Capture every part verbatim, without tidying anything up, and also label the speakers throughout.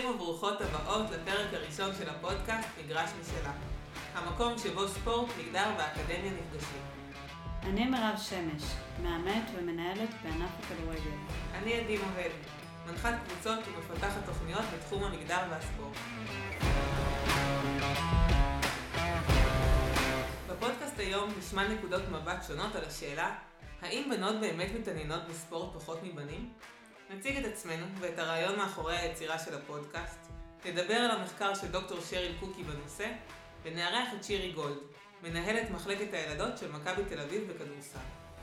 Speaker 1: ברוכים וברוכות הבאות לפרק הראשון של הפודקאסט מגרש משלה. המקום שבו ספורט, מגדר ואקדמיה נפגשים.
Speaker 2: אני מירב שמש, מאמנת ומנהלת בענף הכדורגל.
Speaker 1: אני עדי מוהל, מנחת קבוצות ומפתחת תוכניות בתחום המגדר והספורט. בפודקאסט היום נשמע נקודות מבט שונות על השאלה, האם בנות באמת מתעניינות בספורט פחות מבנים? נציג את עצמנו ואת הרעיון מאחורי היצירה של הפודקאסט, נדבר על המחקר של דוקטור שריל קוקי בנושא, ונארח את שירי גולד, מנהלת מחלקת הילדות של מכבי תל אביב בכדורסל.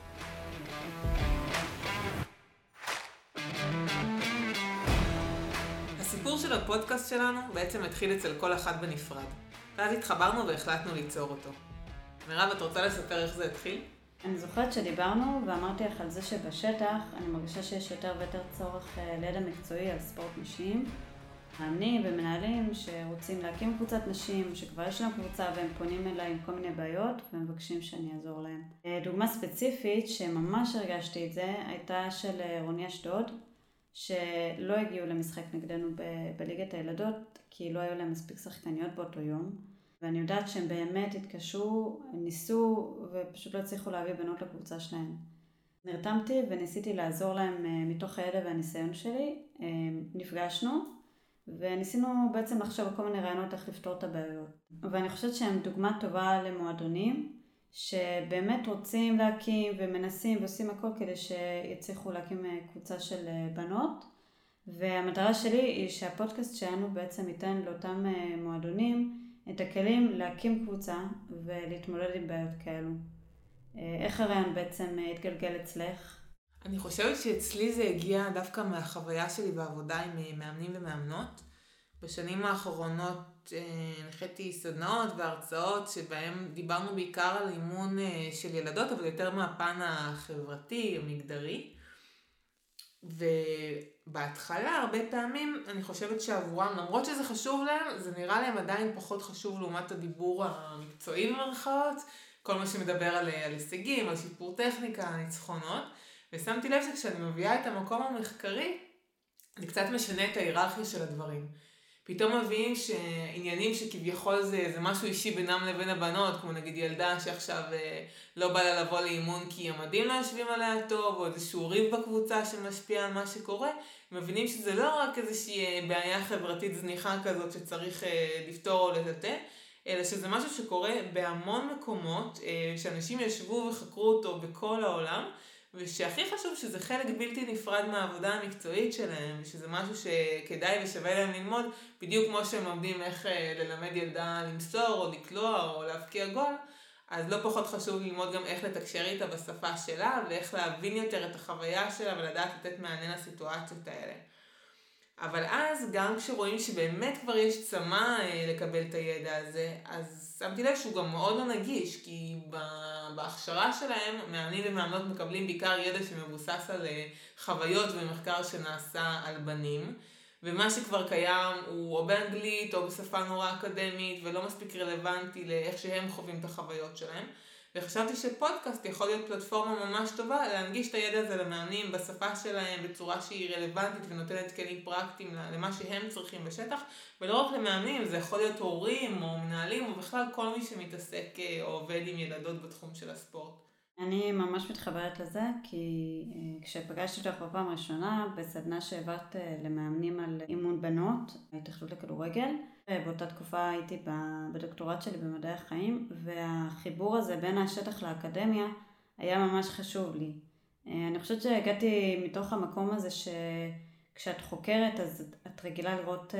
Speaker 1: הסיפור של הפודקאסט שלנו בעצם התחיל אצל כל אחד בנפרד, ואז התחברנו והחלטנו ליצור אותו. מירב, את רוצה לספר איך זה התחיל?
Speaker 2: אני זוכרת שדיברנו ואמרתי לך על זה שבשטח אני מרגישה שיש יותר ויותר צורך לידע מקצועי על ספורט נשים. מאמנים ומנהלים שרוצים להקים קבוצת נשים, שכבר יש להם קבוצה והם פונים אליי עם כל מיני בעיות ומבקשים שאני אעזור להם. דוגמה ספציפית שממש הרגשתי את זה הייתה של רוני אשדוד, שלא הגיעו למשחק נגדנו ב- בליגת הילדות כי לא היו להם מספיק שחקניות באותו יום. ואני יודעת שהם באמת התקשרו, ניסו ופשוט לא הצליחו להביא בנות לקבוצה שלהם. נרתמתי וניסיתי לעזור להם מתוך הידע והניסיון שלי. נפגשנו וניסינו בעצם לחשוב על כל מיני רעיונות איך לפתור את הבעיות. ואני חושבת שהם דוגמה טובה למועדונים שבאמת רוצים להקים ומנסים ועושים הכל כדי שיצליחו להקים קבוצה של בנות. והמטרה שלי היא שהפודקאסט שלנו בעצם ייתן לאותם מועדונים את הכלים להקים קבוצה ולהתמודד עם בעיות כאלו. איך הרעיון בעצם התגלגל אצלך?
Speaker 1: אני חושבת שאצלי זה הגיע דווקא מהחוויה שלי בעבודה עם מאמנים ומאמנות. בשנים האחרונות הנחיתי סדנאות והרצאות שבהם דיברנו בעיקר על אימון של ילדות, אבל יותר מהפן החברתי, המגדרי. ובהתחלה הרבה פעמים אני חושבת שעבורם, למרות שזה חשוב להם, זה נראה להם עדיין פחות חשוב לעומת הדיבור המקצועי במרכאות, כל מה שמדבר על, על הישגים, על שיפור טכניקה, על ניצחונות, ושמתי לב שכשאני מביאה את המקום המחקרי, אני קצת משנה את ההיררכיה של הדברים. פתאום מביאים שעניינים שכביכול זה, זה משהו אישי בינם לבין הבנות, כמו נגיד ילדה שעכשיו אה, לא בא לה לבוא לאימון כי המדים לא יושבים עליה טוב, או איזשהו ריב בקבוצה שמשפיע על מה שקורה, מבינים שזה לא רק איזושהי בעיה חברתית זניחה כזאת שצריך אה, לפתור או לטאטא, אלא שזה משהו שקורה בהמון מקומות, אה, שאנשים ישבו וחקרו אותו בכל העולם, ושהכי חשוב שזה חלק בלתי נפרד מהעבודה המקצועית שלהם, ושזה משהו שכדאי ושווה להם ללמוד, בדיוק כמו שהם לומדים איך ללמד ילדה למסור או לקלוע או להבקיע גול, אז לא פחות חשוב ללמוד גם איך לתקשר איתה בשפה שלה, ואיך להבין יותר את החוויה שלה ולדעת לתת מענה לסיטואציות האלה. אבל אז גם כשרואים שבאמת כבר יש צמא לקבל את הידע הזה, אז שמתי לב שהוא גם מאוד לא נגיש, כי בהכשרה שלהם מאמנים ומאמנות מקבלים בעיקר ידע שמבוסס על חוויות ומחקר שנעשה על בנים, ומה שכבר קיים הוא או באנגלית או בשפה נורא אקדמית ולא מספיק רלוונטי לאיך שהם חווים את החוויות שלהם. וחשבתי שפודקאסט יכול להיות פלטפורמה ממש טובה להנגיש את הידע הזה למאמנים בשפה שלהם בצורה שהיא רלוונטית ונותנת כלים פרקטיים למה שהם צריכים בשטח, ולא רק למאמנים, זה יכול להיות הורים או מנהלים או בכלל כל מי שמתעסק או עובד עם ילדות בתחום של הספורט.
Speaker 2: אני ממש מתחברת לזה, כי כשפגשתי אותך בפעם הראשונה בסדנה שהעברת למאמנים על אימון בנות, ההתאחדות לכדורגל, באותה תקופה הייתי בדוקטורט שלי במדעי החיים, והחיבור הזה בין השטח לאקדמיה היה ממש חשוב לי. אני חושבת שהגעתי מתוך המקום הזה שכשאת חוקרת אז את רגילה לראות,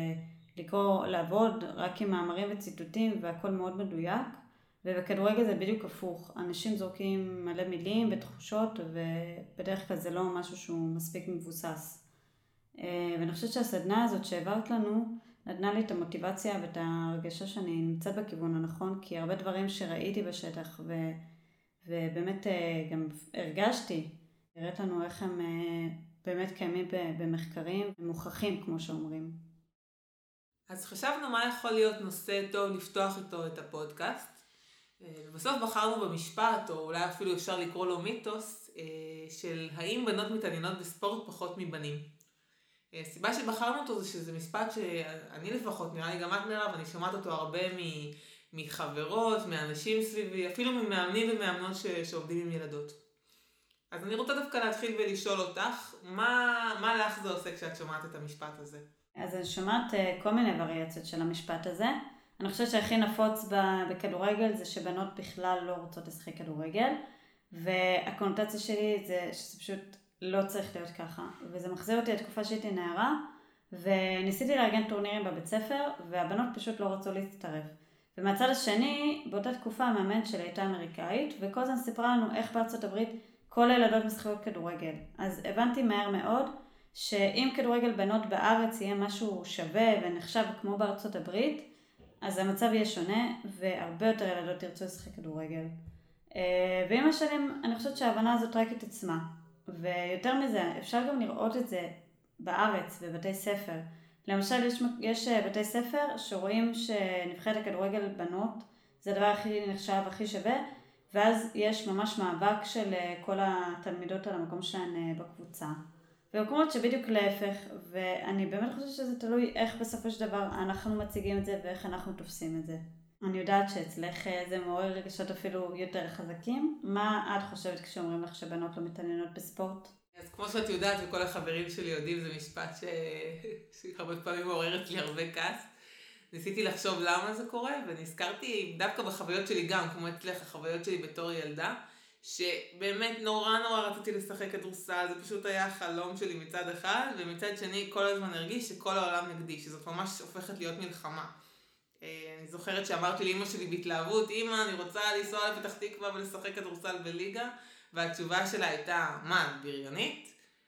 Speaker 2: לקרוא, לעבוד רק עם מאמרים וציטוטים והכל מאוד מדויק, ובכדורגל זה בדיוק הפוך. אנשים זורקים מלא מילים ותחושות, ובדרך כלל זה לא משהו שהוא מספיק מבוסס. ואני חושבת שהסדנה הזאת שהעברת לנו, נתנה לי את המוטיבציה ואת הרגשה שאני נמצאת בכיוון הנכון, כי הרבה דברים שראיתי בשטח, ו... ובאמת גם הרגשתי, הראית לנו איך הם באמת קיימים במחקרים, הם מוכחים כמו שאומרים.
Speaker 1: אז חשבנו מה יכול להיות נושא טוב לפתוח איתו את הפודקאסט, ובסוף בחרנו במשפט, או אולי אפילו אפשר לקרוא לו מיתוס, של האם בנות מתעניינות בספורט פחות מבנים. הסיבה שבחרנו אותו זה שזה משפט שאני לפחות, נראה לי גם את מירב, אני שומעת אותו הרבה מחברות, מאנשים סביבי, אפילו ממאמנים ומאמנות שעובדים עם ילדות. אז אני רוצה דווקא להתחיל ולשאול אותך, מה, מה לך זה עושה כשאת שומעת את המשפט הזה?
Speaker 2: אז אני שומעת כל מיני וריאציות של המשפט הזה. אני חושבת שהכי נפוץ בכדורגל זה שבנות בכלל לא רוצות לשחק כדורגל, והקונוטציה שלי זה שזה פשוט לא צריך להיות ככה. וזה מחזיר אותי לתקופה שהייתי נערה, וניסיתי לארגן טורנירים בבית ספר, והבנות פשוט לא רצו להצטרף. ומהצד השני, באותה תקופה המאמנת שלי הייתה אמריקאית, וכל הזמן סיפרה לנו איך בארצות הברית כל הילדות משחקות כדורגל. אז הבנתי מהר מאוד שאם כדורגל בנות בארץ יהיה משהו שווה ונחשב כמו בארצות הברית, אז המצב יהיה שונה והרבה יותר ילדות ירצו לשחק כדורגל. ועם השנים אני חושבת שההבנה הזאת רק התעצמה. ויותר מזה, אפשר גם לראות את זה בארץ, בבתי ספר. למשל, יש, יש בתי ספר שרואים שנבחרת הכדורגל בנות, זה הדבר הכי נחשב, הכי שווה, ואז יש ממש מאבק של כל התלמידות על המקום שלהן בקבוצה. ובמקומות שבדיוק להפך, ואני באמת חושבת שזה תלוי איך בסופו של דבר אנחנו מציגים את זה ואיך אנחנו תופסים את זה. אני יודעת שאצלך זה מעורר רגשות אפילו יותר חזקים. מה את חושבת כשאומרים לך שבנות לא מתעניינות בספורט?
Speaker 1: אז כמו שאת יודעת וכל החברים שלי יודעים, זה משפט ש... שהרבה פעמים מעורר אצלי הרבה כעס. ניסיתי לחשוב למה זה קורה, ונזכרתי דווקא בחוויות שלי גם, כמו אצלך, החוויות שלי בתור ילדה, שבאמת נורא נורא רציתי לשחק כדורסל, זה פשוט היה החלום שלי מצד אחד, ומצד שני כל הזמן הרגיש שכל העולם נגדי, שזאת ממש הופכת להיות מלחמה. אני זוכרת שאמרתי לאמא שלי בהתלהבות, אמא, אני רוצה לנסוע לפתח תקווה ולשחק כדורסל בליגה, והתשובה שלה הייתה, מה, בריונית?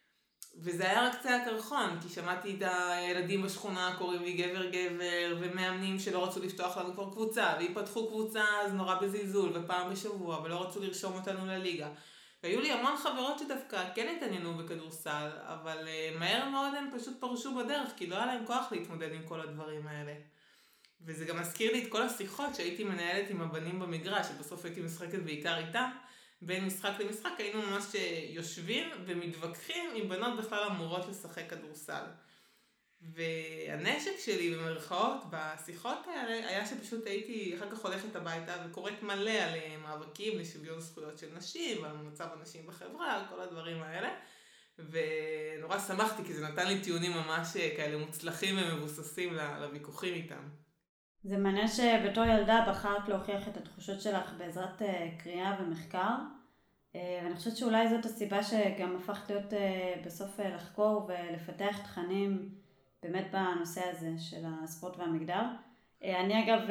Speaker 1: וזה היה רק קצה הקרחון, כי שמעתי את הילדים בשכונה קוראים לי גבר גבר, ומאמנים שלא רצו לפתוח לנו כבר קבוצה, והיפתחו קבוצה אז נורא בזלזול, ופעם בשבוע, ולא רצו לרשום אותנו לליגה. והיו לי המון חברות שדווקא כן התעניינו בכדורסל, אבל מהר מאוד הם פשוט פרשו בדרך, כי לא היה להם כוח להתמודד עם כל הדברים האלה. וזה גם מזכיר לי את כל השיחות שהייתי מנהלת עם הבנים במגרש, שבסוף הייתי משחקת בעיקר איתם, בין משחק למשחק היינו ממש יושבים ומתווכחים עם בנות בכלל אמורות לשחק כדורסל. והנשק שלי במרכאות בשיחות האלה היה שפשוט הייתי אחר כך הולכת הביתה וקוראת מלא על מאבקים לשוויון זכויות של נשים, על מצב הנשים בחברה, על כל הדברים האלה. ונורא שמחתי כי זה נתן לי טיעונים ממש כאלה מוצלחים ומבוססים לוויכוחים איתם.
Speaker 2: זה מעניין שבתור ילדה בחרת להוכיח את התחושות שלך בעזרת קריאה ומחקר, ואני חושבת שאולי זאת הסיבה שגם הפכת להיות בסוף לחקור ולפתח תכנים באמת בנושא הזה של הספורט והמגדר. אני אגב,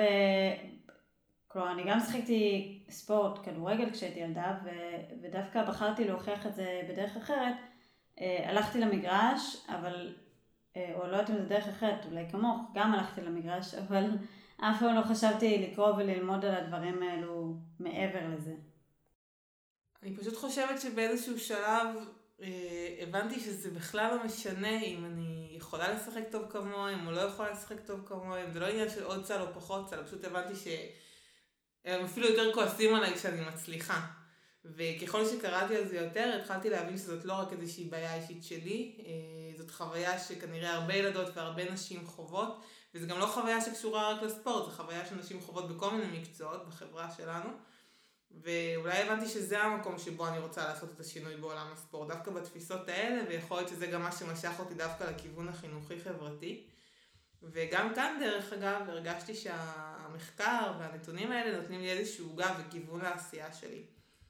Speaker 2: כלומר, אני גם שחקתי ספורט, כדורגל כשהייתי ילדה, ודווקא בחרתי להוכיח את זה בדרך אחרת. הלכתי למגרש, אבל, או לא יודעת אם זה דרך אחרת, אולי כמוך, גם הלכתי למגרש, אבל אף פעם לא חשבתי לקרוא וללמוד על הדברים האלו מעבר לזה.
Speaker 1: אני פשוט חושבת שבאיזשהו שלב אה, הבנתי שזה בכלל לא משנה אם אני יכולה לשחק טוב כמוהם או לא יכולה לשחק טוב כמוהם. זה לא עניין של עוד צל או פחות צל, פשוט הבנתי שהם אפילו יותר כועסים עליי כשאני מצליחה. וככל שקראתי על זה יותר, התחלתי להבין שזאת לא רק איזושהי בעיה אישית שלי, אה, זאת חוויה שכנראה הרבה ילדות והרבה נשים חוות, וזה גם לא חוויה שקשורה רק לספורט, זה חוויה שנשים חוות בכל מיני מקצועות בחברה שלנו. ואולי הבנתי שזה המקום שבו אני רוצה לעשות את השינוי בעולם הספורט, דווקא בתפיסות האלה, ויכול להיות שזה גם מה שמשך אותי דווקא לכיוון החינוכי-חברתי. וגם כאן דרך אגב הרגשתי שהמחקר והנתונים האלה נותנים לי איזשהו גב וכיוון לעשייה שלי.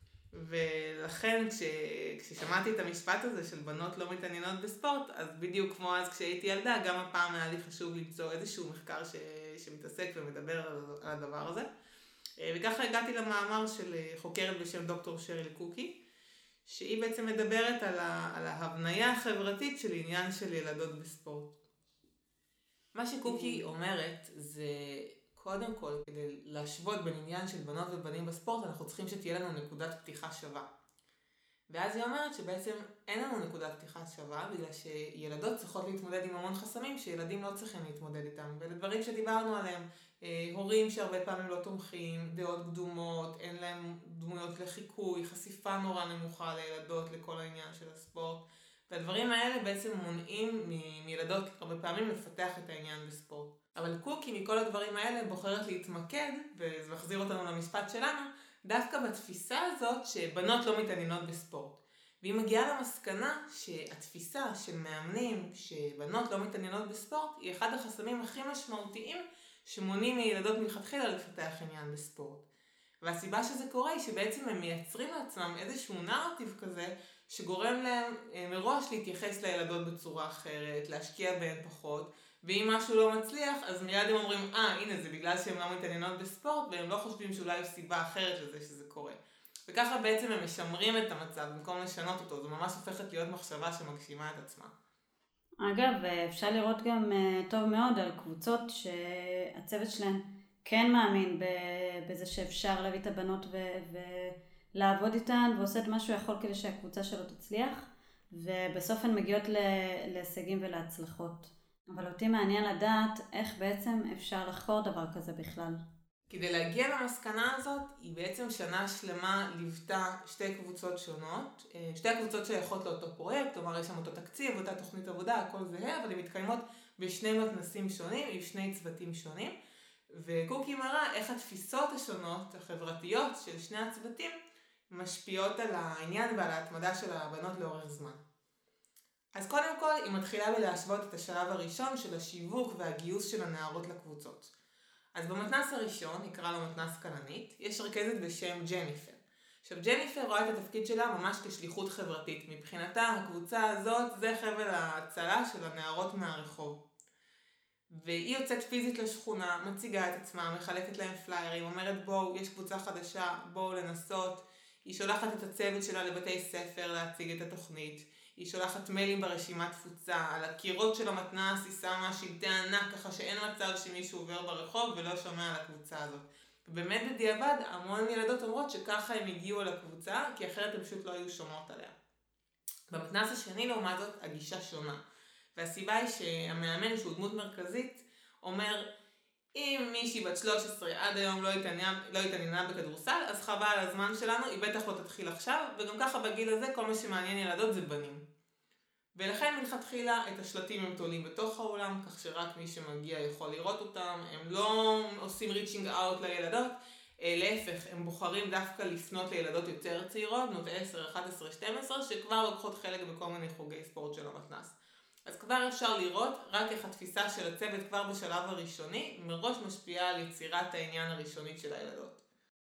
Speaker 1: ולכן כש, כששמעתי את המשפט הזה של בנות לא מתעניינות בספורט, אז בדיוק כמו אז כשהייתי ילדה, גם הפעם היה לי חשוב למצוא איזשהו מחקר ש, שמתעסק ומדבר על, על הדבר הזה. וככה הגעתי למאמר של חוקרת בשם דוקטור שריל קוקי, שהיא בעצם מדברת על, ה, על ההבניה החברתית של עניין של ילדות בספורט. מה שקוקי אומרת זה, קודם כל, כדי להשוות בין עניין של בנות ובנים בספורט, אנחנו צריכים שתהיה לנו נקודת פתיחה שווה. ואז היא אומרת שבעצם אין לנו נקודת פתיחה שווה, בגלל שילדות צריכות להתמודד עם המון חסמים שילדים לא צריכים להתמודד איתם. ואלה דברים שדיברנו עליהם, הורים שהרבה פעמים לא תומכים, דעות קדומות, אין להם דמויות לחיקוי, חשיפה נורא נמוכה לילדות לכל העניין של הספורט. והדברים האלה בעצם מונעים מ- מילדות הרבה פעמים לפתח את העניין בספורט. אבל קוקי מכל הדברים האלה בוחרת להתמקד, וזה מחזיר אותנו למשפט שלנו, דווקא בתפיסה הזאת שבנות לא מתעניינות בספורט. והיא מגיעה למסקנה שהתפיסה של מאמנים שבנות לא מתעניינות בספורט היא אחד החסמים הכי משמעותיים שמונעים מילדות מלכתחילה לפתח עניין בספורט. והסיבה שזה קורה היא שבעצם הם מייצרים לעצמם איזשהו נרטיב כזה שגורם להם מראש להתייחס לילדות בצורה אחרת, להשקיע בהן פחות, ואם משהו לא מצליח אז מיד הם אומרים, אה הנה זה בגלל שהם לא מתעניינות בספורט, והם לא חושבים שאולי יש סיבה אחרת לזה שזה קורה. וככה בעצם הם משמרים את המצב במקום לשנות אותו, זו ממש הופכת להיות מחשבה שמגשימה את עצמה.
Speaker 2: אגב, אפשר לראות גם טוב מאוד על קבוצות שהצוות שלהן כן מאמין בזה שאפשר להביא את הבנות ו- ולעבוד איתן, ועושה את מה שהוא יכול כדי שהקבוצה שלו תצליח, ובסוף הן מגיעות להישגים ולהצלחות. אבל אותי מעניין לדעת איך בעצם אפשר לחקור דבר כזה בכלל.
Speaker 1: כדי להגיע למסקנה הזאת, היא בעצם שנה שלמה ליוותה שתי קבוצות שונות, שתי הקבוצות שייכות לאותו פרויקט, כלומר יש שם אותו תקציב, אותה תוכנית עבודה, הכל זהה, אבל הן מתקיימות בשני מתנסים שונים, עם שני צוותים שונים, וקוקי מראה איך התפיסות השונות, החברתיות של שני הצוותים, משפיעות על העניין ועל ההתמדה של הבנות לאורך זמן. אז קודם כל, היא מתחילה בלהשוות את השלב הראשון של השיווק והגיוס של הנערות לקבוצות. אז במתנס הראשון, נקרא לו מתנס כלנית, יש רכזת בשם ג'ניפר. עכשיו ג'ניפר רואה את התפקיד שלה ממש כשליחות חברתית. מבחינתה הקבוצה הזאת זה חבל ההצלה של הנערות מהרחוב. והיא יוצאת פיזית לשכונה, מציגה את עצמה, מחלקת להם פליירים, אומרת בואו, יש קבוצה חדשה, בואו לנסות. היא שולחת את הצוות שלה לבתי ספר להציג את התוכנית. היא שולחת מיילים ברשימת תפוצה, על הקירות של המתנ"ס היא שמה שלטי ענק, ככה שאין מצב שמישהו עובר ברחוב ולא שומע על הקבוצה הזאת. ובאמת בדיעבד, המון ילדות אומרות שככה הם הגיעו לקבוצה, כי אחרת הם פשוט לא היו שומעות עליה. במתנ"ס השני לעומת זאת, הגישה שונה. והסיבה היא שהמאמן, שהוא דמות מרכזית, אומר, אם מישהי בת שלוש עשרה עד היום לא התעניינה, לא התעניינה בכדורסל, אז חבל על הזמן שלנו, היא בטח לא תתחיל עכשיו, וגם ככה בגיל הזה כל מה שמעניין ילדות זה בנים. ולכן מלכתחילה את השלטים הם תולים בתוך האולם, כך שרק מי שמגיע יכול לראות אותם, הם לא עושים ריצ'ינג אאוט לילדות, להפך, הם בוחרים דווקא לפנות לילדות יותר צעירות, בנות עשר, אחת עשרה, שתים עשרה, שכבר לוקחות חלק בכל מיני חוגי ספורט של המתנ"ס. אז כבר אפשר לראות רק איך התפיסה של הצוות כבר בשלב הראשוני מראש משפיעה על יצירת העניין הראשונית של הילדות.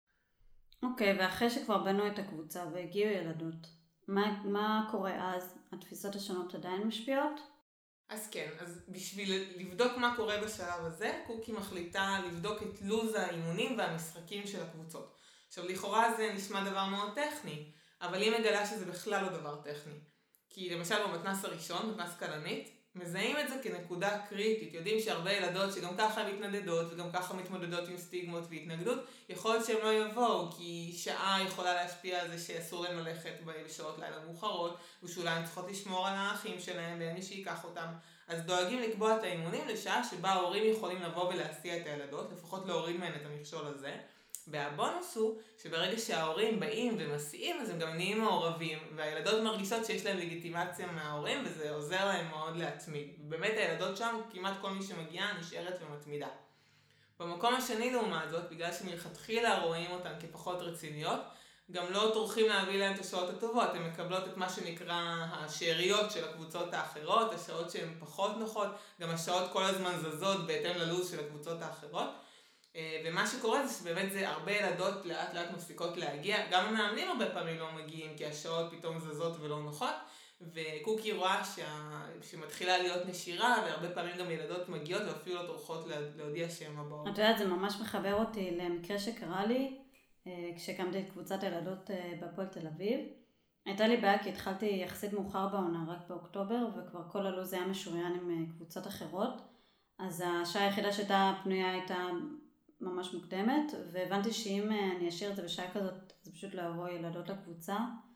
Speaker 2: אוקיי, okay, ואחרי שכבר בנו את הקבוצה והגיעו ילדות, מה, מה קורה אז? התפיסות השונות עדיין משפיעות?
Speaker 1: אז כן, אז בשביל לבדוק מה קורה בשלב הזה, קוקי מחליטה לבדוק את לוז האימונים והמשחקים של הקבוצות. עכשיו לכאורה זה נשמע דבר מאוד טכני, אבל היא מגלה שזה בכלל לא דבר טכני. כי למשל במתנ"ס הראשון, מתנ"ס כלנית, מזהים את זה כנקודה קריטית. יודעים שהרבה ילדות שגם ככה מתנדדות וגם ככה מתמודדות עם סטיגמות והתנגדות, יכול להיות שהם לא יבואו, כי שעה יכולה להשפיע על זה שאסור להם ללכת בשעות לילה מאוחרות, ושאולי הם צריכות לשמור על האחים שלהם ואין מי שיקח אותם. אז דואגים לקבוע את האימונים לשעה שבה ההורים יכולים לבוא ולהסיע את הילדות, לפחות להוריד מהן את המכשול הזה. והבונוס הוא שברגע שההורים באים ומסיעים, אז הם גם נהיים מעורבים, והילדות מרגישות שיש להם לגיטימציה מההורים, וזה עוזר להם מאוד להתמיד. ובאמת הילדות שם, כמעט כל מי שמגיעה נשארת ומתמידה. במקום השני לעומת זאת, בגלל שמלכתחילה רואים אותן כפחות רציניות, גם לא טורחים להביא להם את השעות הטובות, הן מקבלות את מה שנקרא השאריות של הקבוצות האחרות, השעות שהן פחות נוחות, גם השעות כל הזמן זזות בהתאם ללוז של הקבוצות האחרות. ומה שקורה זה שבאמת זה הרבה ילדות לאט לאט מפסיקות להגיע, גם המאמנים הרבה פעמים לא מגיעים כי השעות פתאום זזות ולא נוחות, וקוקי רואה שה... שמתחילה להיות נשירה, והרבה פעמים גם ילדות מגיעות ואפילו לא טורחות להודיע שהן הבאות.
Speaker 2: את יודעת, זה ממש מחבר אותי למקרה שקרה לי, כשקמתי את קבוצת הילדות בהפועל תל אביב. הייתה לי בעיה כי התחלתי יחסית מאוחר בעונה, רק באוקטובר, וכבר כל הלו"ז היה משוריין עם קבוצות אחרות, אז השעה היחידה שהייתה פנויה הייתה ממש מוקדמת, והבנתי שאם אני אשאיר את זה בשעה כזאת, זה פשוט לעבור ילדות לקבוצה.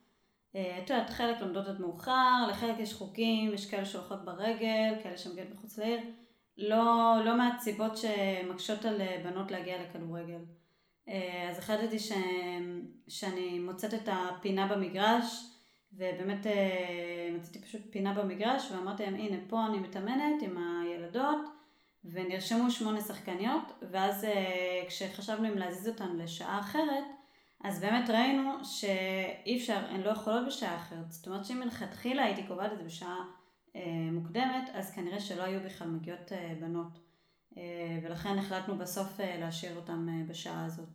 Speaker 2: את יודעת, חלק לומדות עד מאוחר, לחלק יש חוקים, יש כאלה שהולכות ברגל, כאלה שמגיעות בחוץ לעיר, לא, לא מהסיבות שמקשות על בנות להגיע לכדורגל. אז החלטתי ש... שאני מוצאת את הפינה במגרש, ובאמת מצאתי פשוט פינה במגרש, ואמרתי להם, הנה, פה אני מתאמנת עם הילדות, ונרשמו שמונה שחקניות, ואז כשחשבנו אם להזיז אותן לשעה אחרת, אז באמת ראינו שאי אפשר, הן לא יכולות בשעה אחרת. זאת אומרת שאם מלכתחילה הייתי קובעת את זה בשעה מוקדמת, אז כנראה שלא היו בכלל מגיעות בנות. ולכן החלטנו בסוף להשאיר אותם בשעה הזאת.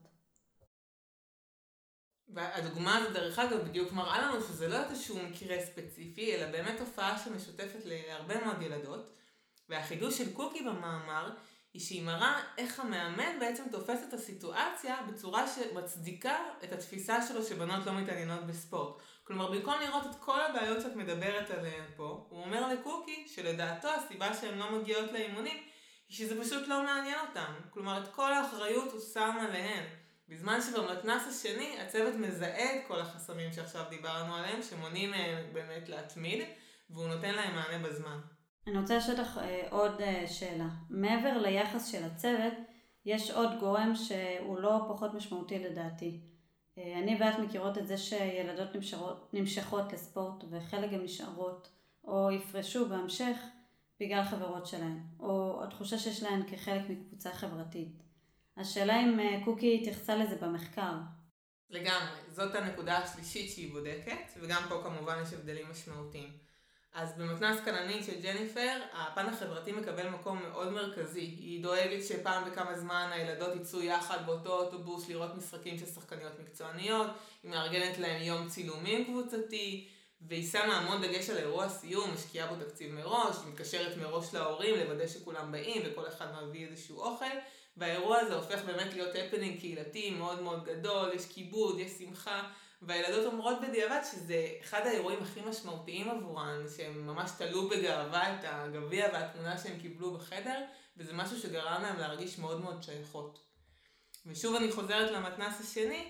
Speaker 1: והדוגמה הזו דרך אגב בדיוק מראה לנו שזה לא איזשהו מקרה ספציפי, אלא באמת תופעה שמשותפת להרבה מאוד ילדות. והחידוש של קוקי במאמר היא שהיא מראה איך המאמן בעצם תופס את הסיטואציה בצורה שמצדיקה את התפיסה שלו שבנות לא מתעניינות בספורט. כלומר, במקום לראות את כל הבעיות שאת מדברת עליהן פה, הוא אומר לקוקי שלדעתו הסיבה שהן לא מגיעות לאימונים היא שזה פשוט לא מעניין אותם. כלומר, את כל האחריות הוא שם עליהן. בזמן שבמתנ"ס השני הצוות מזהה את כל החסמים שעכשיו דיברנו עליהם, שמונעים באמת להתמיד, והוא נותן להם מענה בזמן.
Speaker 2: אני רוצה לשאול אותך עוד שאלה. מעבר ליחס של הצוות, יש עוד גורם שהוא לא פחות משמעותי לדעתי. אני ואת מכירות את זה שילדות נמשכות, נמשכות לספורט, וחלק גם נשארות, או יפרשו בהמשך בגלל חברות שלהן, או התחושה שיש להן כחלק מקבוצה חברתית. השאלה אם קוקי התייחסה לזה במחקר.
Speaker 1: לגמרי, זאת הנקודה השלישית שהיא בודקת, וגם פה כמובן יש הבדלים משמעותיים. אז במתנ"ס כננית של ג'ניפר, הפן החברתי מקבל מקום מאוד מרכזי. היא דואגת שפעם בכמה זמן הילדות יצאו יחד באותו אוטובוס לראות משחקים של שחקניות מקצועניות, היא מארגנת להם יום צילומים קבוצתי, והיא שמה המון דגש על אירוע סיום, משקיעה בו תקציב מראש, היא מתקשרת מראש להורים לוודא שכולם באים וכל אחד מביא איזשהו אוכל, והאירוע הזה הופך באמת להיות הפנינג קהילתי מאוד מאוד גדול, יש כיבוד, יש שמחה, והילדות אומרות בדיעבד שזה אחד האירועים הכי משמעותיים עבורן, שהם ממש תלו בגאווה את הגביע והתמונה שהם קיבלו בחדר, וזה משהו שגרם להם להרגיש מאוד מאוד שייכות. ושוב אני חוזרת למתנ"ס השני,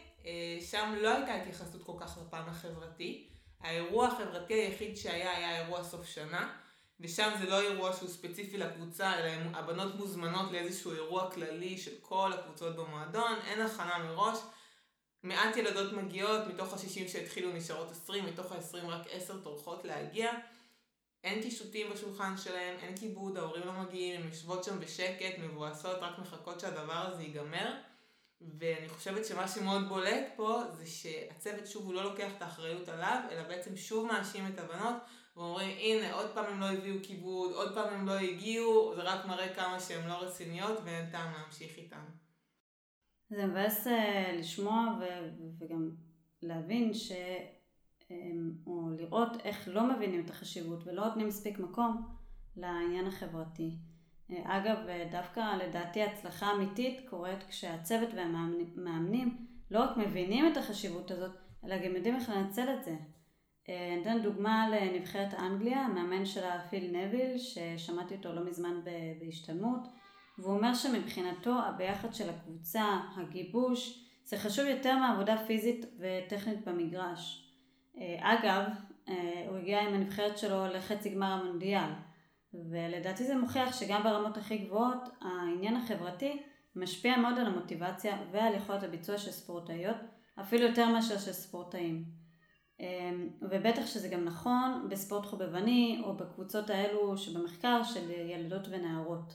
Speaker 1: שם לא הייתה התייחסות כל כך לפן החברתי. האירוע החברתי היחיד שהיה היה אירוע סוף שנה, ושם זה לא אירוע שהוא ספציפי לקבוצה, אלא הבנות מוזמנות לאיזשהו אירוע כללי של כל הקבוצות במועדון, אין הכנה מראש, מעט ילדות מגיעות, מתוך ה-שישים שהתחילו נשארות עשרים, מתוך ה-עשרים רק עשר טורחות להגיע, אין קישוטים בשולחן שלהם, אין כיבוד, ההורים לא מגיעים, הם יושבות שם בשקט, מבואסות, רק מחכות שהדבר הזה ייגמר, ואני חושבת שמה שמאוד בולט פה זה שהצוות שוב הוא לא לוקח את האחריות עליו, אלא בעצם שוב מאשים את הבנות, ואומרים הנה עוד פעם הם לא הביאו כיבוד, עוד פעם הם לא הגיעו, זה רק מראה כמה שהם לא רציניות ואין טעם להמשיך איתם.
Speaker 2: זה מבאס לשמוע ו- וגם להבין ש... או לראות איך לא מבינים את החשיבות ולא נותנים מספיק מקום לעניין החברתי. אגב, דווקא לדעתי הצלחה אמיתית קורית כשהצוות והמאמנים לא רק מבינים את החשיבות הזאת, אלא גם יודעים איך לנצל את זה. נתן דוגמה לנבחרת אנגליה, המאמן שלה פיל נביל, ששמעתי אותו לא מזמן בהשתלמות, והוא אומר שמבחינתו הביחד של הקבוצה, הגיבוש, זה חשוב יותר מהעבודה פיזית וטכנית במגרש. אגב, הוא הגיע עם הנבחרת שלו לחצי גמר המונדיאל, ולדעתי זה מוכיח שגם ברמות הכי גבוהות, העניין החברתי משפיע מאוד על המוטיבציה ועל יכולת הביצוע של ספורטאיות, אפילו יותר מאשר של ספורטאים. ובטח שזה גם נכון בספורט חובבני או בקבוצות האלו שבמחקר של ילדות ונערות.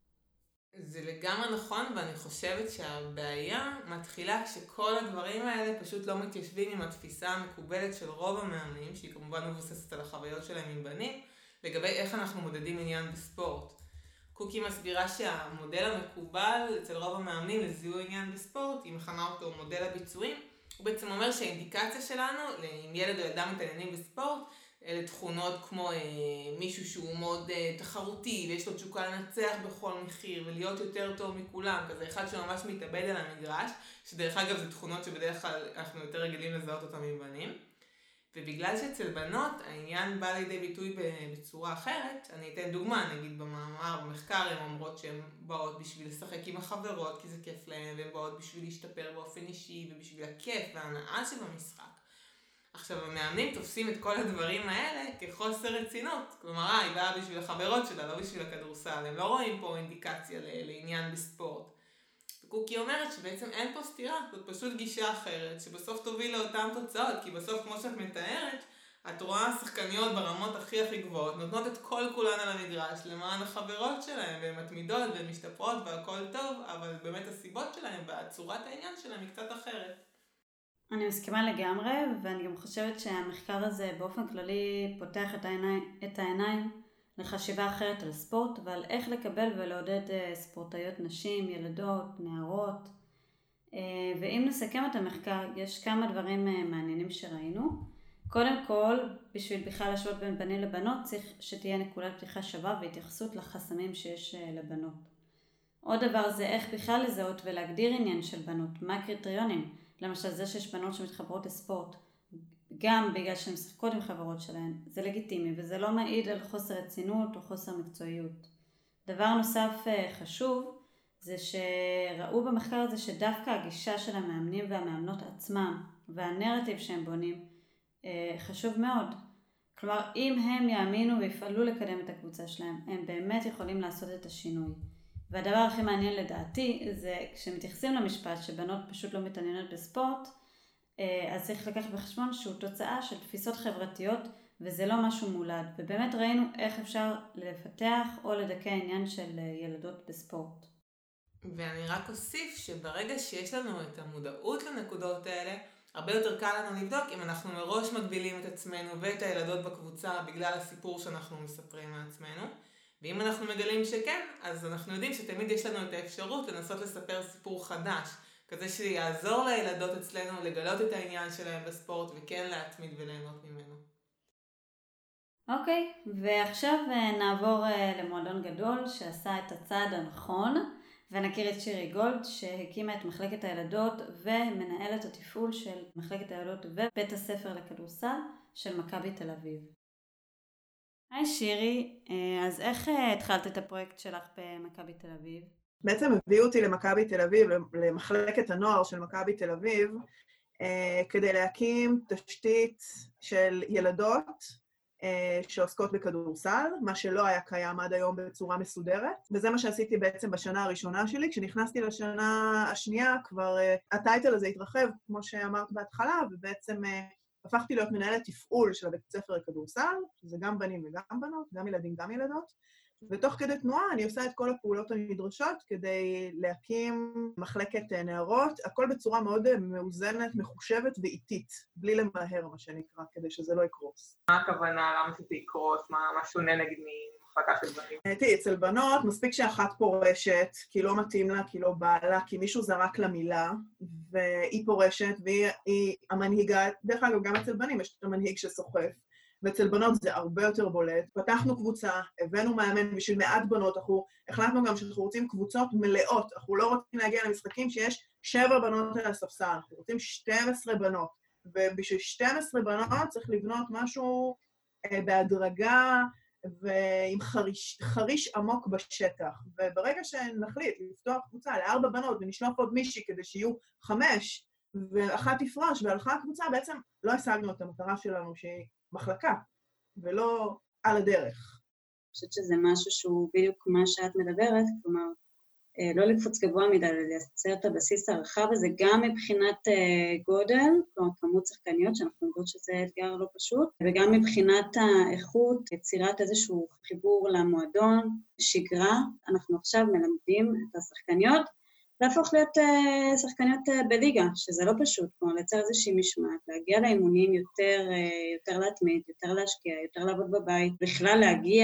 Speaker 1: זה לגמרי נכון, ואני חושבת שהבעיה מתחילה שכל הדברים האלה פשוט לא מתיישבים עם התפיסה המקובלת של רוב המאמנים, שהיא כמובן מבוססת על החוויות שלהם עם בנים, לגבי איך אנחנו מודדים עניין בספורט. קוקי מסבירה שהמודל המקובל אצל רוב המאמנים לזיהוי עניין בספורט, היא מכנה אותו מודל הביצועים, הוא בעצם אומר שהאינדיקציה שלנו, אם ילד או ילדה מתעניינים בספורט, אלה תכונות כמו אה, מישהו שהוא מאוד אה, תחרותי, ויש לו תשוקה לנצח בכל מחיר, ולהיות יותר טוב מכולם, כזה אחד שממש מתאבד על המגרש, שדרך אגב זה תכונות שבדרך כלל אנחנו יותר רגילים לזהות אותם מבנים. ובגלל שאצל בנות העניין בא לידי ביטוי בצורה אחרת, אני אתן דוגמה, נגיד במאמר, במחקר, הן אומרות שהן באות בשביל לשחק עם החברות, כי זה כיף להן, והן באות בשביל להשתפר באופן אישי, ובשביל הכיף וההנאה שבמשחק. עכשיו, המאמנים תופסים את כל הדברים האלה כחוסר רצינות. כלומר, אה, היא באה בשביל החברות שלה, לא בשביל הכדורסל. הם לא רואים פה אינדיקציה לעניין בספורט. וקוקי אומרת שבעצם אין פה סתירה, זאת פשוט גישה אחרת, שבסוף תוביל לאותן תוצאות, כי בסוף, כמו שאת מתארת, את רואה שחקניות ברמות הכי הכי גבוהות, נותנות את כל כולן על המגרש למען החברות שלהן, והן מתמידות והן משתפרות והכל טוב, אבל באמת הסיבות שלהן והצורת העניין שלהן היא קצת אחרת.
Speaker 2: אני מסכימה לגמרי, ואני גם חושבת שהמחקר הזה באופן כללי פותח את העיניים, את העיניים לחשיבה אחרת על ספורט, ועל איך לקבל ולעודד ספורטאיות נשים, ילדות, נערות. ואם נסכם את המחקר, יש כמה דברים מעניינים שראינו. קודם כל, בשביל בכלל להשוות בין בנים לבנות, צריך שתהיה נקודת פתיחה שווה והתייחסות לחסמים שיש לבנות. עוד דבר זה איך בכלל לזהות ולהגדיר עניין של בנות, מה הקריטריונים. למשל זה שיש בנות שמתחברות לספורט, גם בגלל שהן משחקות עם חברות שלהן, זה לגיטימי וזה לא מעיד על חוסר רצינות או חוסר מקצועיות. דבר נוסף חשוב, זה שראו במחקר הזה שדווקא הגישה של המאמנים והמאמנות עצמם והנרטיב שהם בונים חשוב מאוד. כלומר, אם הם יאמינו ויפעלו לקדם את הקבוצה שלהם, הם באמת יכולים לעשות את השינוי. והדבר הכי מעניין לדעתי זה כשמתייחסים למשפט שבנות פשוט לא מתעניינות בספורט, אז צריך לקחת בחשבון שהוא תוצאה של תפיסות חברתיות וזה לא משהו מולד. ובאמת ראינו איך אפשר לפתח או לדכא עניין של ילדות בספורט.
Speaker 1: ואני רק אוסיף שברגע שיש לנו את המודעות לנקודות האלה, הרבה יותר קל לנו לבדוק אם אנחנו מראש מגבילים את עצמנו ואת הילדות בקבוצה בגלל הסיפור שאנחנו מספרים מעצמנו. ואם אנחנו מגלים שכן, אז אנחנו יודעים שתמיד יש לנו את האפשרות לנסות לספר סיפור חדש, כזה שיעזור לילדות אצלנו לגלות את העניין שלהם בספורט וכן להתמיד וליהנות ממנו.
Speaker 2: אוקיי, ועכשיו נעבור למועדון גדול שעשה את הצעד הנכון, ונכיר את שירי גולד שהקימה את מחלקת הילדות ומנהלת התפעול של מחלקת הילדות ובית הספר לכדורסל של מכבי תל אביב. היי שירי, אז איך התחלת את הפרויקט שלך במכבי תל אביב?
Speaker 3: בעצם הביאו אותי למכבי תל אביב, למחלקת הנוער של מכבי תל אביב, כדי להקים תשתית של ילדות שעוסקות בכדורסל, מה שלא היה קיים עד היום בצורה מסודרת, וזה מה שעשיתי בעצם בשנה הראשונה שלי. כשנכנסתי לשנה השנייה, כבר הטייטל הזה התרחב, כמו שאמרת בהתחלה, ובעצם הפכתי להיות מנהלת תפעול של הבית ספר לכדורסל, שזה גם בנים וגם בנות, גם ילדים, גם ילדות, ותוך כדי תנועה אני עושה את כל הפעולות הנדרשות כדי להקים מחלקת נערות, הכל בצורה מאוד מאוזנת, מחושבת ואיטית, בלי למהר מה שנקרא, כדי שזה לא יקרוס.
Speaker 1: מה הכוונה? למה שזה יקרוס? מה, מה שונה נגיד ממחלקה של בנים?
Speaker 3: תראי, אצל בנות מספיק שאחת פורשת, כי לא מתאים לה, כי לא בא לה, כי מישהו זרק לה מילה, והיא פורשת, והיא היא המנהיגה, דרך אגב גם אצל בנים יש את המנהיג שסוחף, ואצל בנות זה הרבה יותר בולט. פתחנו קבוצה, הבאנו מאמן בשביל מעט בנות, אנחנו החלטנו גם שאנחנו רוצים קבוצות מלאות, אנחנו לא רוצים להגיע למשחקים שיש שבע בנות על הספסל, אנחנו רוצים שתים עשרה בנות, ובשביל שתים עשרה בנות צריך לבנות משהו אה, בהדרגה ועם חריש, חריש עמוק בשטח. וברגע שנחליט לפתוח קבוצה לארבע בנות ונשלוח עוד מישהי כדי שיהיו חמש, ואחת תפרוש והלכה הקבוצה, בעצם לא השגנו את המטרה שלנו שהיא מחלקה, ולא על הדרך.
Speaker 2: אני חושבת שזה משהו שהוא בדיוק מה שאת מדברת, כלומר, לא לקפוץ גבוה מדי, לייצר את הבסיס הרחב הזה, גם מבחינת גודל, כלומר כמות שחקניות, שאנחנו יודעות שזה אתגר לא פשוט, וגם מבחינת האיכות, יצירת איזשהו חיבור למועדון, שגרה. אנחנו עכשיו מלמדים את השחקניות, להפוך להיות uh, שחקניות uh, בליגה, שזה לא פשוט, כלומר לייצר איזושהי משמעת, להגיע לאימונים יותר, uh, יותר להתמיד, יותר להשקיע, יותר לעבוד בבית, בכלל להגיע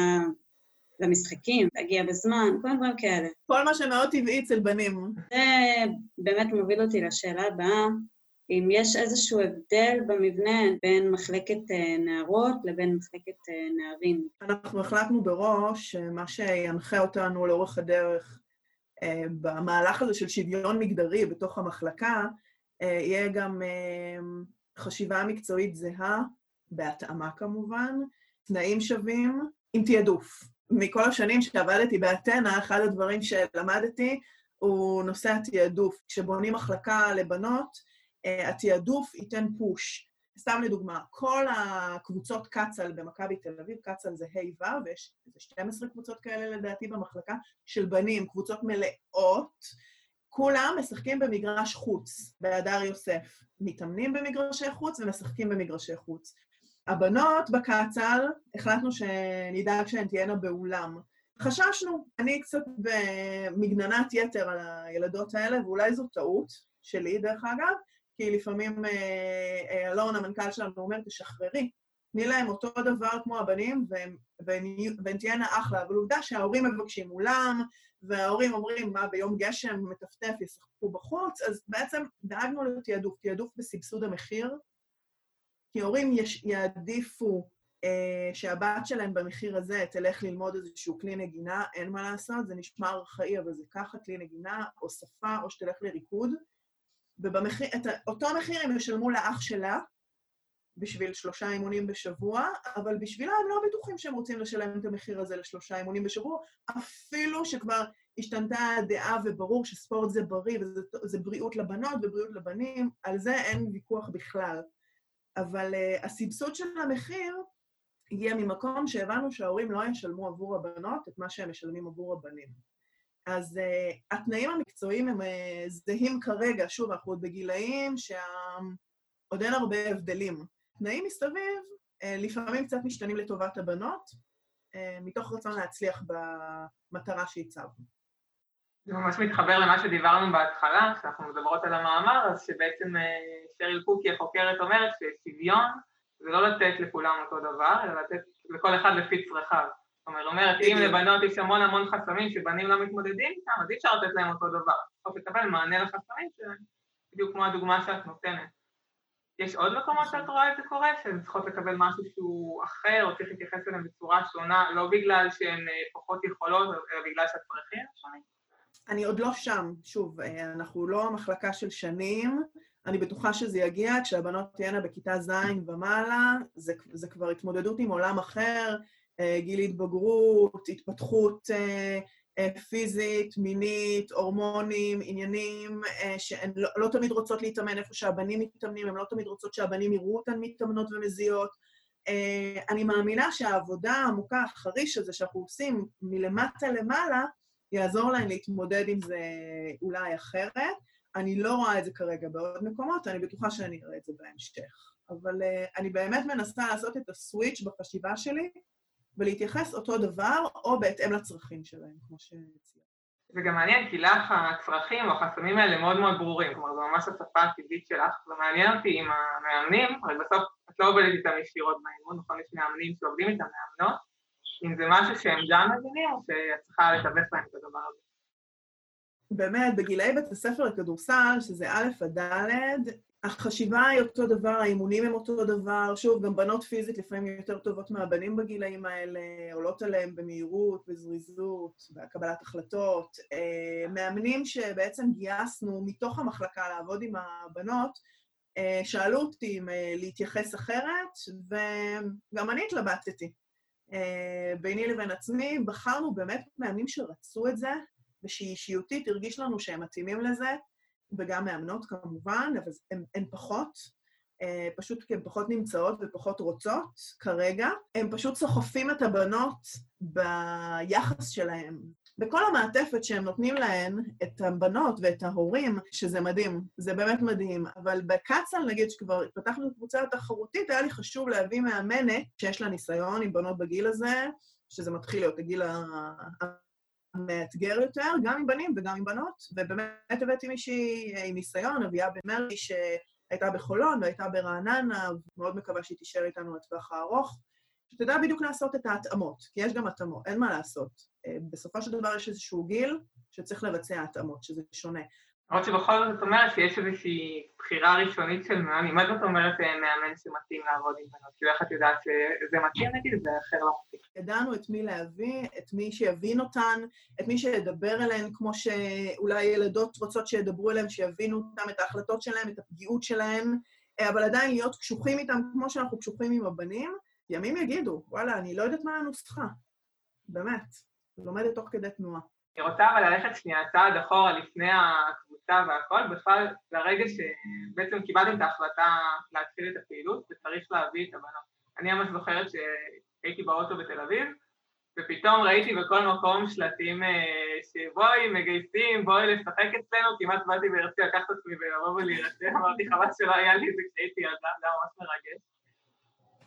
Speaker 2: למשחקים, להגיע בזמן, כל מיני דברים כאלה.
Speaker 3: כל מה שמאוד טבעי אצל בנים.
Speaker 2: זה באמת מוביל אותי לשאלה הבאה, אם יש איזשהו הבדל במבנה בין מחלקת uh, נערות לבין מחלקת uh, נערים.
Speaker 3: אנחנו החלטנו בראש שמה שינחה אותנו לאורך הדרך, במהלך הזה של שוויון מגדרי בתוך המחלקה, יהיה גם חשיבה מקצועית זהה, בהתאמה כמובן, תנאים שווים, עם תיעדוף. מכל השנים שעבדתי באתנה, אחד הדברים שלמדתי הוא נושא התיעדוף. כשבונים מחלקה לבנות, התיעדוף ייתן פוש. סתם לדוגמה, כל הקבוצות קצל במכבי תל אביב, קצל זה ה' ו', ויש שתים עשרה קבוצות כאלה לדעתי במחלקה, של בנים, קבוצות מלאות, כולם משחקים במגרש חוץ, בהדר יוסף. מתאמנים במגרשי חוץ ומשחקים במגרשי חוץ. הבנות בקצ"ל, החלטנו שנדאג שהן תהיינה באולם. חששנו, אני קצת במגננת יתר על הילדות האלה, ואולי זו טעות שלי דרך אגב, כי לפעמים אלון, המנכ"ל שלנו, אומר, תשחררי, תני להם אותו דבר כמו הבנים, והן תהיינה אחלה. אבל עובדה שההורים מבקשים אולם, וההורים אומרים, מה, ביום גשם מטפטף, ישחקו בחוץ, אז בעצם דאגנו לתיעדוף, תיעדוף בסבסוד המחיר, כי הורים יש, יעדיפו אה, שהבת שלהם במחיר הזה תלך ללמוד איזשהו כלי נגינה, אין מה לעשות, זה נשמע ארכאי, אבל זה ככה כלי נגינה, או שפה, או שתלך לריקוד, ובמחיר, את אותו מחיר הם ישלמו לאח שלה, בשביל שלושה אימונים בשבוע, אבל בשבילה הם לא בטוחים שהם רוצים לשלם את המחיר הזה לשלושה אימונים בשבוע, אפילו שכבר השתנתה הדעה וברור שספורט זה בריא, וזה בריאות לבנות ובריאות לבנים, על זה אין ויכוח בכלל. אבל uh, הסבסוד של המחיר יהיה ממקום שהבנו שההורים לא ישלמו עבור הבנות את מה שהם משלמים עבור הבנים. אז uh, התנאים המקצועיים הם uh, זהים כרגע, שוב, אנחנו עוד בגילאים שעוד אין הרבה הבדלים. תנאים מסביב uh, לפעמים קצת משתנים לטובת הבנות, uh, מתוך רצון להצליח במטרה שהצבנו.
Speaker 1: זה ממש מתחבר למה שדיברנו בהתחלה, כשאנחנו מדברות על המאמר, אז שבעצם שריל קוקי החוקרת אומרת ששוויון זה לא לתת לכולם אותו דבר, אלא לתת לכל אחד לפי צרכיו. זאת אומרת, אם לבנות יש המון המון חסמים שבנים לא מתמודדים איתם, אז אי אפשר לתת להם אותו דבר. צריך לקבל מענה לחסמים שלהם, בדיוק כמו הדוגמה שאת נותנת. יש עוד מקומות שאת רואה את זה קורה, שהן צריכות לקבל משהו שהוא אחר, או צריך להתייחס אליהם בצורה שונה, לא בגלל שהן פחות יכולות, אלא בגלל שהצרכים שונים.
Speaker 3: אני עוד לא שם, שוב, אנחנו לא מחלקה של שנים, אני בטוחה שזה יגיע, כשהבנות תהיינה בכיתה ז' ומעלה, זה, זה כבר התמודדות עם עולם אחר, גיל התבגרות, התפתחות פיזית, מינית, הורמונים, עניינים, שהן לא, לא תמיד רוצות להתאמן איפה שהבנים מתאמנים, הן לא תמיד רוצות שהבנים יראו אותן מתאמנות ומזיעות. אני מאמינה שהעבודה העמוקה, החריש הזה שאנחנו עושים מלמטה למעלה, יעזור להם להתמודד עם זה אולי אחרת. אני לא רואה את זה כרגע בעוד מקומות, אני בטוחה שאני אראה את זה בהמשך. אבל uh, אני באמת מנסה לעשות את הסוויץ' בחשיבה שלי, ולהתייחס אותו דבר, או בהתאם לצרכים שלהם, כמו שציין.
Speaker 1: זה גם מעניין, כי לך הצרכים או החסמים האלה מאוד מאוד ברורים, כלומר, זו ממש השפה הטבעית שלך, זה מעניין אותי עם המאמנים, אבל בסוף את לא עובדת איתם ישירות באימון, נכון, יש מאמנים שעובדים איתם מאמנות, אם זה משהו שהם גם מבינים, או שאת צריכה לתווך להם את הדבר הזה?
Speaker 3: באמת, בגילאי בית הספר לכדורסל, שזה א' עד ד', החשיבה היא אותו דבר, האימונים הם אותו דבר, שוב, גם בנות פיזית לפעמים יותר טובות מהבנים בגילאים האלה, עולות עליהם במהירות, בזריזות, בקבלת החלטות. מאמנים שבעצם גייסנו מתוך המחלקה לעבוד עם הבנות, שאלו אותי אם להתייחס אחרת, וגם אני התלבטתי. ביני לבין עצמי, בחרנו באמת מאמנים שרצו את זה, ושאישיותית הרגיש לנו שהם מתאימים לזה, וגם מאמנות כמובן, אבל הן, הן פחות, פשוט כי הן פחות נמצאות ופחות רוצות כרגע. הם פשוט סוחפים את הבנות ביחס שלהם. בכל המעטפת שהם נותנים להן, את הבנות ואת ההורים, שזה מדהים, זה באמת מדהים. אבל בקצ"ל, נגיד שכבר התפתחנו קבוצה התחרותית, היה לי חשוב להביא מאמנת שיש לה ניסיון עם בנות בגיל הזה, שזה מתחיל להיות הגיל המאתגר יותר, גם עם בנים וגם עם בנות, ובאמת הבאתי מישהי עם ניסיון, אביה במרי, שהייתה בחולון והייתה ברעננה, ומאוד מקווה שהיא תישאר איתנו לטווח הארוך, שתדע בדיוק לעשות את ההתאמות, כי יש גם התאמות, אין מה לעשות. בסופו של דבר יש איזשהו גיל שצריך לבצע התאמות, שזה שונה.
Speaker 1: למרות שבכל זאת את אומרת שיש איזושהי בחירה ראשונית של מאמנים, מה זאת אומרת מאמן שמתאים לעבוד עם בנות? כאילו איך את יודעת שזה מתאים נגיד, זה אחר לא מתאים.
Speaker 3: ידענו את מי להביא, את מי שיבין אותן, את מי שידבר אליהן, כמו שאולי ילדות רוצות שידברו אליהן, שיבינו אותן, את ההחלטות שלהן, את הפגיעות שלהן, אבל עדיין להיות קשוחים איתם כמו שאנחנו קשוחים עם הבנים, ימים יגידו, וואלה, אני לא יודעת מה הנוסחה. באמת, לומדת תוך כדי תנועה.
Speaker 1: אני רוצה אבל ללכת שנייה צעד אחורה לפני הקבוצה והכל, בכלל לרגע שבעצם קיבלתם את ההחלטה להתחיל את הפעילות וצריך להביא את הבנות. אני ממש זוכרת שהייתי באוטו בתל אביב, ופתאום ראיתי בכל מקום שלטים שבואי מגייסים, בואי לשחק אצלנו, כמעט באתי ורציתי לקחת עצמי ולבוא ולהירצה, אמרתי חבל שלא היה לי את זה כשהייתי ילדה, זה ממש מרגש.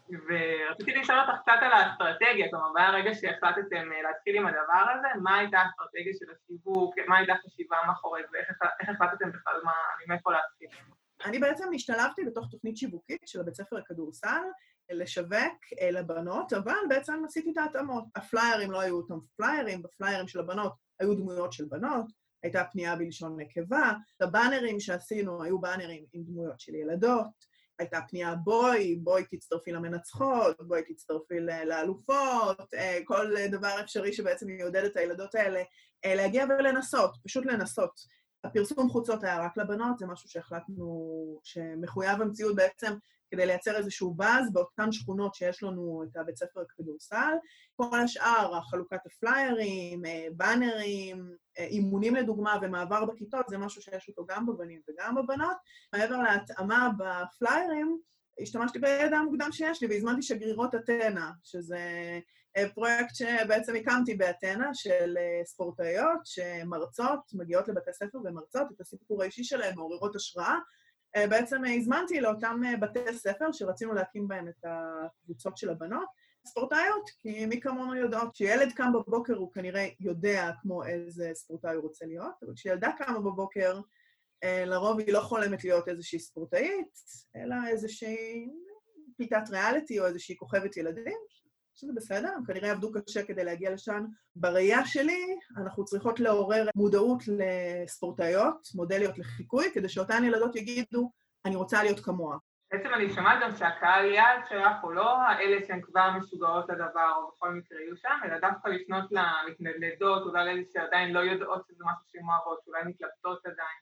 Speaker 1: ורציתי לשאול אותך קצת על האסטרטגיה, כלומר, ברגע שהחלטתם להתחיל עם הדבר הזה, מה הייתה האסטרטגיה של השיווק, מה הייתה חשיבה מאחורי זה, איך החלטתם בכלל מאיפה להתחיל?
Speaker 3: אני בעצם השתלבתי בתוך תוכנית שיווקית של הבית ספר לכדורסל, לשווק לבנות, אבל בעצם עשיתי את ההתאמות. הפליירים לא היו אותם פליירים, בפליירים של הבנות היו דמויות של בנות, הייתה פנייה בלשון נקבה, הבאנרים שעשינו היו באנרים עם דמויות של ילדות, הייתה פנייה בואי, בואי תצטרפי למנצחות, בואי תצטרפי לאלופות, כל דבר אפשרי שבעצם יעודד את הילדות האלה להגיע ולנסות, פשוט לנסות. הפרסום חוצות היה רק לבנות, זה משהו שהחלטנו שמחויב המציאות בעצם כדי לייצר איזשהו באז באותן שכונות שיש לנו את הבית ספר כדורסל. כל השאר, החלוקת הפליירים, באנרים, אימונים לדוגמה ומעבר בכיתות, זה משהו שיש אותו גם בבנים וגם בבנות. מעבר להתאמה בפליירים, השתמשתי בידע המוקדם שיש לי והזמנתי שגרירות אתנה, שזה פרויקט שבעצם הקמתי באתנה של ספורטאיות שמרצות, מגיעות לבתי ספר ומרצות את הסיפור האישי שלהם, מעוררות השראה. בעצם הזמנתי לאותם בתי ספר שרצינו להקים בהם את הקבוצות של הבנות, ספורטאיות, כי מי כמונו יודעות שילד קם בבוקר הוא כנראה יודע כמו איזה ספורטאי הוא רוצה להיות, אבל כשילדה קמה בבוקר, לרוב היא לא חולמת להיות איזושהי ספורטאית, אלא איזושהי פיתת ריאליטי או איזושהי כוכבת ילדים, שזה בסדר, הם כנראה עבדו קשה כדי להגיע לשם. בראייה שלי, אנחנו צריכות לעורר מודעות לספורטאיות, מודליות לחיקוי, כדי שאותן ילדות יגידו, אני רוצה להיות כמוה.
Speaker 1: בעצם אני שומעת גם שהקהל יעד שלך הוא לא האלה שהן כבר משוגעות לדבר, או בכל מקרה יהיו שם, אלא דווקא לפנות למתנדנדות, אולי לאלה שעדיין לא יודעות שזה משהו שהן אוהבות, שאולי מתלבטות עדיין.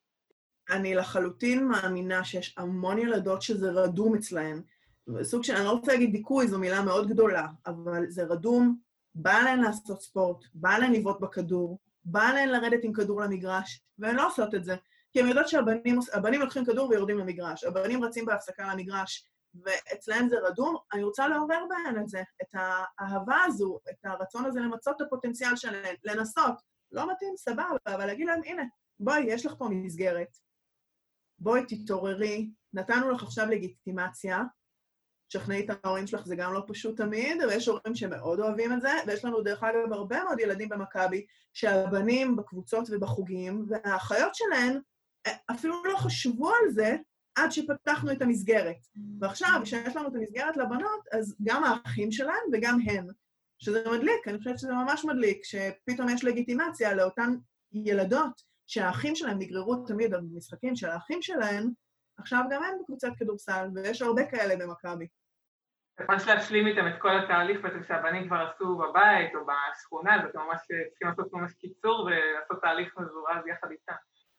Speaker 3: אני לחלוטין מאמינה שיש המון ילדות שזה רדום אצלהן, סוג של, אני לא רוצה להגיד דיכוי, זו מילה מאוד גדולה, אבל זה רדום, בא להן לעשות ספורט, בא להן לבעוט בכדור, בא להן לרדת עם כדור למגרש, והן לא עושות את זה. כי הן יודעות שהבנים הבנים לוקחים כדור ויורדים למגרש, הבנים רצים בהפסקה למגרש, ואצלהם זה רדום, אני רוצה לעורר בהן את זה, את האהבה הזו, את הרצון הזה למצות את הפוטנציאל שלהן, לנסות. לא מתאים, סבבה, אבל להגיד להם, הנה, בואי, יש לך פה מסגרת, בואי תתעוררי, נתנו לך עכשיו לגיטימציה, שכנעי את ההורים שלך, זה גם לא פשוט תמיד, ויש הורים שמאוד אוהבים את זה, ויש לנו דרך אגב הרבה מאוד ילדים במכבי, שהבנים בקבוצות ובחוגים, והאחיות שלהן אפילו לא חשבו על זה, עד שפתחנו את המסגרת. ועכשיו, כשיש לנו את המסגרת לבנות, אז גם האחים שלהן וגם הן, שזה מדליק, אני חושבת שזה ממש מדליק, שפתאום יש לגיטימציה לאותן ילדות, שהאחים שלהן נגררו תמיד במשחקים של האחים שלהן, עכשיו גם הן בקבוצת כדורסל, ויש הרבה כאלה במכבי.
Speaker 1: ממש להשלים איתם את כל התהליך, בעצם שהבנים כבר עשו בבית או בשכונה, ואתם ממש צריכים לעשות ממש קיצור ולעשות תהליך מזורז יחד איתם.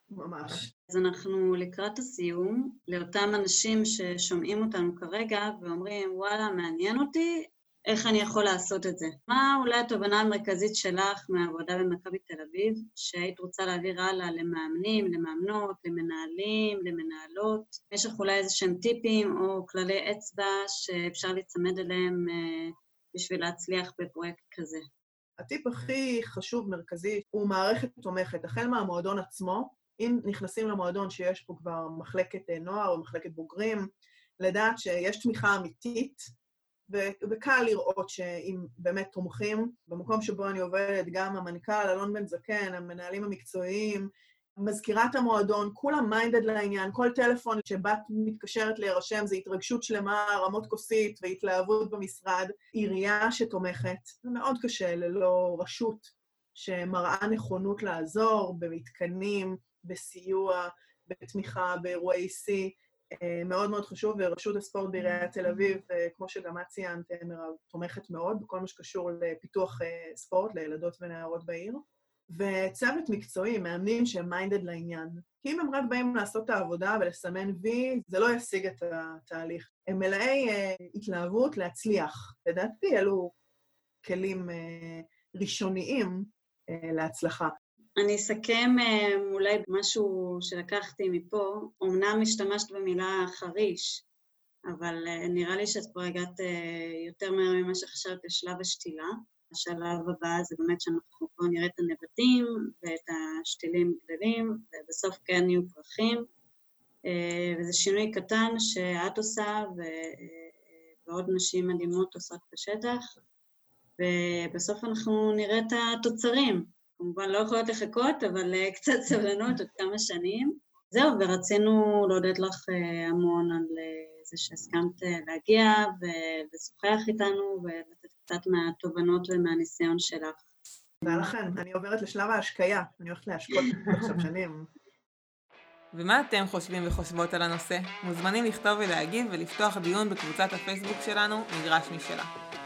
Speaker 3: ממש.
Speaker 2: אז אנחנו לקראת הסיום, לאותם אנשים ששומעים אותנו כרגע ואומרים, וואלה, מעניין אותי, איך אני יכול לעשות את זה? מה אולי התובנה המרכזית שלך מהעבודה במכבי תל אביב, שהיית רוצה להעביר הלאה למאמנים, למאמנות, למנהלים, למנהלות? יש לך אולי איזשהם טיפים או כללי אצבע שאפשר להצמד אליהם בשביל להצליח בפרויקט כזה?
Speaker 3: הטיפ הכי חשוב, מרכזי, הוא מערכת תומכת. החל מהמועדון עצמו, אם נכנסים למועדון שיש פה כבר מחלקת נוער או מחלקת בוגרים, לדעת שיש תמיכה אמיתית, וקל לראות שאם באמת תומכים, במקום שבו אני עובדת, גם המנכ"ל, אלון בן זקן, המנהלים המקצועיים, מזכירת המועדון, כולם מיינדד לעניין, כל טלפון שבת מתקשרת להירשם, זה התרגשות שלמה, רמות כוסית והתלהבות במשרד, עירייה שתומכת. זה מאוד קשה ללא רשות שמראה נכונות לעזור במתקנים, בסיוע, בתמיכה, באירועי סי, מאוד מאוד חשוב, ורשות הספורט בעיריית תל אביב, כמו שגם את ציינת, מירב, תומכת מאוד בכל מה שקשור לפיתוח ספורט לילדות ונערות בעיר. וצוות מקצועי, מאמנים שהם מיינדד לעניין. כי אם הם רק באים לעשות את העבודה ולסמן וי, זה לא ישיג את התהליך. הם מלאי התלהבות להצליח. לדעתי, אלו כלים ראשוניים להצלחה.
Speaker 2: אני אסכם אולי משהו שלקחתי מפה, אמנם השתמשת במילה חריש, אבל נראה לי שאת כבר הגעת יותר מהר ממה שחשבת לשלב השתילה. השלב הבא זה באמת שאנחנו פה נראה את הנבטים ואת השתילים גדלים, ובסוף כן יהיו פרחים, וזה שינוי קטן שאת עושה ועוד נשים מדהימות עושות בשטח, ובסוף אנחנו נראה את התוצרים. כמובן לא יכולות לחכות, אבל קצת סבלנות עוד כמה שנים. זהו, ורצינו להודות לך המון על זה שהסכמת להגיע ולשוחח איתנו, ולתת קצת מהתובנות ומהניסיון שלך.
Speaker 3: תודה לכם, אני עוברת לשלב ההשקיה, אני הולכת להשקות עכשיו שנים.
Speaker 1: ומה אתם חושבים וחושבות על הנושא? מוזמנים לכתוב ולהגיב ולפתוח דיון בקבוצת הפייסבוק שלנו, מגרש משלה.